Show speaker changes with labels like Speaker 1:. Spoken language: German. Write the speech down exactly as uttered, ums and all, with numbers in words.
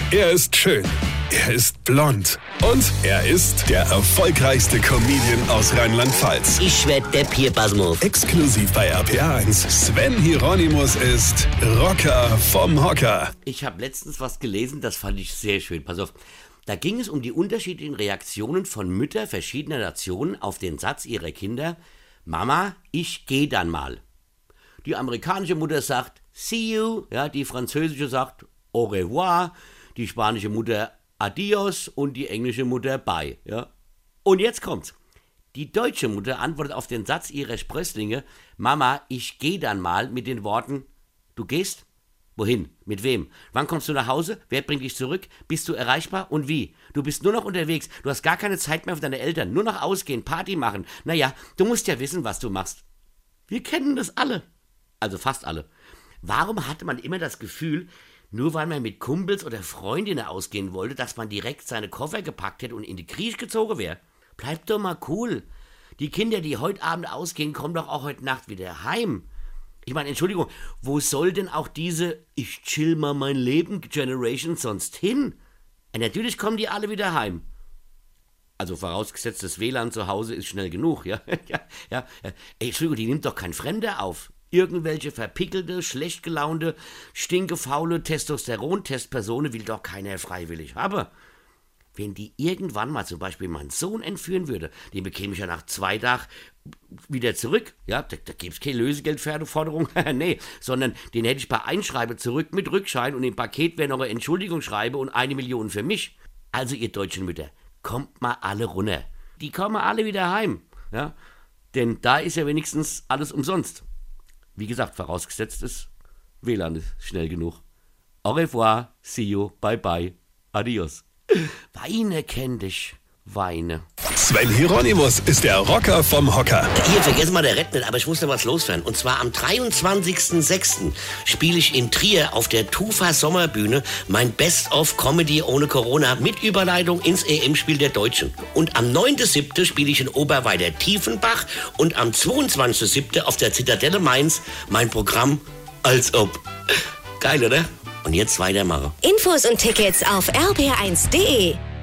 Speaker 1: Er ist schön. Er ist blond. Und er ist der erfolgreichste Comedian aus Rheinland-Pfalz.
Speaker 2: Ich werd der Pierpasmus.
Speaker 1: Exklusiv bei R P A eins. Sven Hieronymus ist Rocker vom Hocker.
Speaker 2: Ich habe letztens was gelesen, das fand ich sehr schön. Pass auf. Da ging es um die unterschiedlichen Reaktionen von Müttern verschiedener Nationen auf den Satz ihrer Kinder: Mama, ich geh dann mal. Die amerikanische Mutter sagt see you, ja, die französische sagt au revoir, die spanische Mutter adios und die englische Mutter bye. Ja. Und jetzt kommt's. Die deutsche Mutter antwortet auf den Satz ihrer Sprösslinge: Mama, ich geh dann mal, mit den Worten: Du gehst? Wohin? Mit wem? Wann kommst du nach Hause? Wer bringt dich zurück? Bist du erreichbar? Und wie? Du bist nur noch unterwegs. Du hast gar keine Zeit mehr für deine Eltern. Nur noch ausgehen, Party machen. Naja, du musst ja wissen, was du machst. Wir kennen das alle. Also fast alle. Warum hatte man immer das Gefühl, nur weil man mit Kumpels oder Freundinnen ausgehen wollte, dass man direkt seine Koffer gepackt hätte und in die Krieg gezogen wäre? Bleib doch mal cool. Die Kinder, die heute Abend ausgehen, kommen doch auch heute Nacht wieder heim. Ich meine, Entschuldigung, wo soll denn auch diese ich chill mal mein Leben Generation sonst hin? Und natürlich kommen die alle wieder heim. Also vorausgesetzt, das W L A N zu Hause ist schnell genug, ja? ja, ja. Ey, Entschuldigung, die nimmt doch kein Fremder auf. Irgendwelche verpickelte, schlecht gelaunte, stinkefaule Testosteron-Testpersonen will doch keiner freiwillig haben. Wenn die irgendwann mal zum Beispiel meinen Sohn entführen würde, den bekäme ich ja nach zwei Tagen wieder zurück. Ja, da, da gibt es keine Lösegeldforderung, nee, sondern den hätte ich bei Einschreiben zurück mit Rückschein und im Paket wäre noch eine Entschuldigung schreibe und eine Million für mich. Also ihr deutschen Mütter, kommt mal alle runter. Die kommen alle wieder heim, ja, denn da ist ja wenigstens alles umsonst. Wie gesagt, vorausgesetzt ist, W L A N ist schnell genug. Au revoir, see you, bye bye, adios. Weine kenn dich, Weine.
Speaker 1: Sven Hieronymus ist der Rocker vom Hocker.
Speaker 2: Hier, vergessen mal der Rett nicht, aber ich muss noch was loswerden. Und zwar am dreiundzwanzigsten sechsten spiele ich in Trier auf der Tufa Sommerbühne mein Best-of-Comedy ohne Corona mit Überleitung ins E M-Spiel der Deutschen. Und am neunten siebten spiele ich in Oberweiter-Tiefenbach und am zweiundzwanzigsten siebten auf der Zitadelle Mainz mein Programm Als ob. Geil, oder? Und jetzt weitermachen.
Speaker 3: Infos und Tickets auf r p r eins punkt d e.